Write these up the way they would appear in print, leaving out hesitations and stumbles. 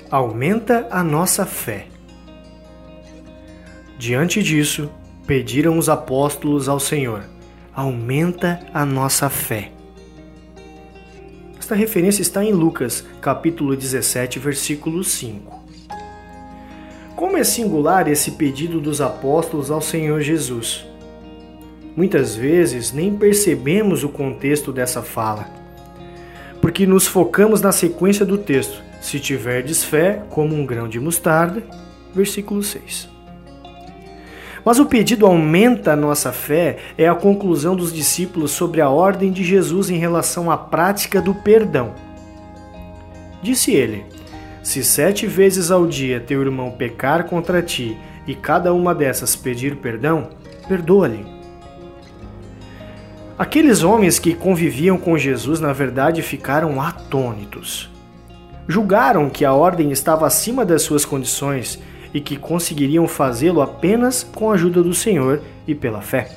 Aumenta a nossa fé. Diante disso, pediram os apóstolos ao Senhor: aumenta a nossa fé. Esta referência está em Lucas, capítulo 17, versículo 5. Como é singular esse pedido dos apóstolos ao Senhor Jesus. Muitas vezes nem percebemos o contexto dessa fala, porque nos focamos na sequência do texto: se tiverdes fé como um grão de mostarda, versículo 6. Mas o pedido aumenta a nossa fé é a conclusão dos discípulos sobre a ordem de Jesus em relação à prática do perdão. Disse ele: se 7 vezes ao dia teu irmão pecar contra ti e cada uma dessas pedir perdão, perdoa-lhe. Aqueles homens que conviviam com Jesus, na verdade, ficaram atônitos. Julgaram que a ordem estava acima das suas condições e que conseguiriam fazê-lo apenas com a ajuda do Senhor e pela fé.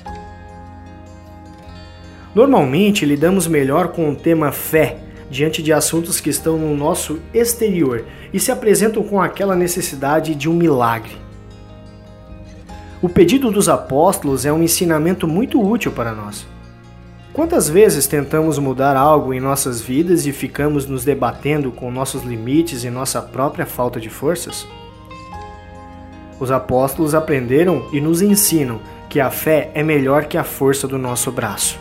Normalmente, lidamos melhor com o tema fé diante de assuntos que estão no nosso exterior e se apresentam com aquela necessidade de um milagre. O pedido dos apóstolos é um ensinamento muito útil para nós. Quantas vezes tentamos mudar algo em nossas vidas e ficamos nos debatendo com nossos limites e nossa própria falta de forças? Os apóstolos aprenderam e nos ensinam que a fé é melhor que a força do nosso braço.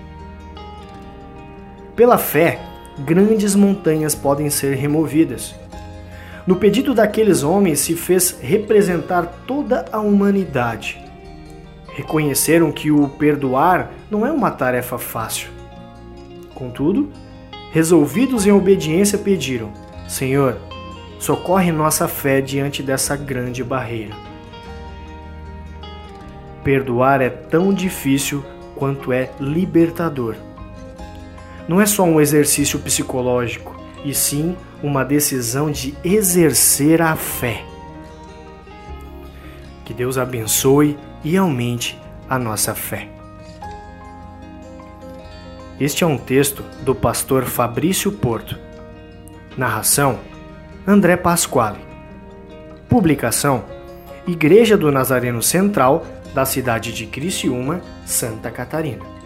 Pela fé, grandes montanhas podem ser removidas. No pedido daqueles homens se fez representar toda a humanidade. Reconheceram que o perdoar não é uma tarefa fácil. Contudo, resolvidos em obediência, pediram: Senhor, socorre nossa fé diante dessa grande barreira. Perdoar é tão difícil quanto é libertador. Não é só um exercício psicológico, e sim uma decisão de exercer a fé. Que Deus abençoe e aumente a nossa fé. Este é um texto do pastor Fabrício Porto. Narração: André Pasquale. Publicação: Igreja do Nazareno Central, da cidade de Criciúma, Santa Catarina.